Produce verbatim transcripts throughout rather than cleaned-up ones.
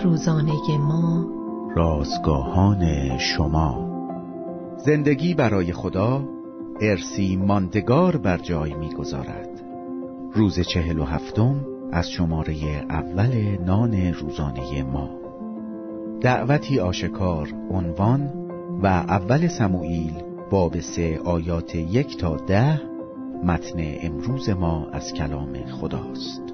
روزانه ما، رازگاهان شما. زندگی برای خدا ارثی ماندگار بر جای می‌گذارد. روز چهل و هفتم از شماره اول نان روزانه ما. دعوتی آشکار عنوان و اول سموئیل باب سه آیات یک تا ده. متن امروز ما از کلام خداست.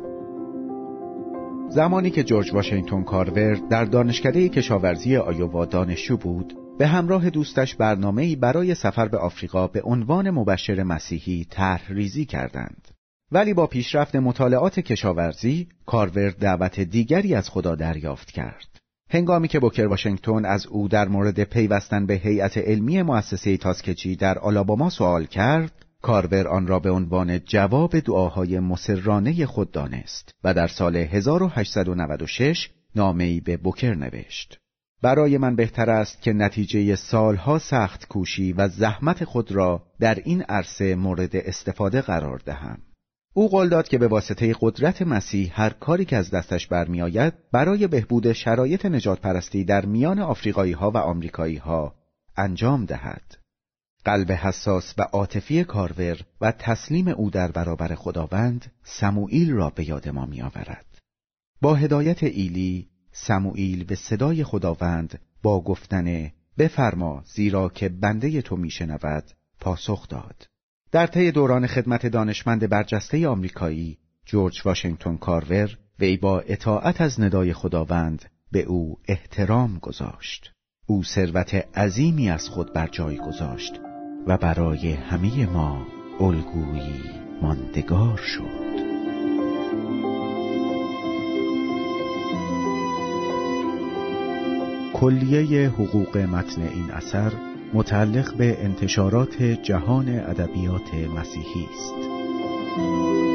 زمانی که جورج واشنگتن کارور در دانشکده کشاورزی آیووا دانشجو بود، به همراه دوستش برنامه‌ای برای سفر به آفریقا به عنوان مبشر مسیحی طرح‌ریزی کردند. ولی با پیشرفت مطالعات کشاورزی، کارور دعوت دیگری از خدا دریافت کرد. هنگامی که بوکر واشنگتن از او در مورد پیوستن به هیئت علمی مؤسسه تاسکچی در آلاباما سوال کرد، کارور آن را به عنوان جواب دعاهای مسررانه خود دانست و در سال هزار و هشتصد و نود و شش نامه‌ای به بوکر نوشت: برای من بهتر است که نتیجه سالها سخت کوشی و زحمت خود را در این عرصه مورد استفاده قرار دهم. او قول داد که به واسطه قدرت مسیح هر کاری که از دستش برمی آید برای بهبود شرایط نجات پرستی در میان آفریقایی ها و آمریکایی ها انجام دهد. قلب حساس و عاطفی کارور و تسلیم او در برابر خداوند سموئیل را به یاد ما می آورد. با هدایت ایلی، سموئیل به صدای خداوند با گفتن بفرما زیرا که بنده تو می شنود پاسخ داد. در طی دوران خدمت دانشمند برجسته آمریکایی جورج واشنگتن کارور، وی با اطاعت از ندای خداوند به او احترام گذاشت. او ثروت عظیمی از خود بر جای گذاشت و برای همه ما الگویی ماندگار شد. کلیه حقوق متن این اثر متعلق به انتشارات جهان ادبیات مسیحی است.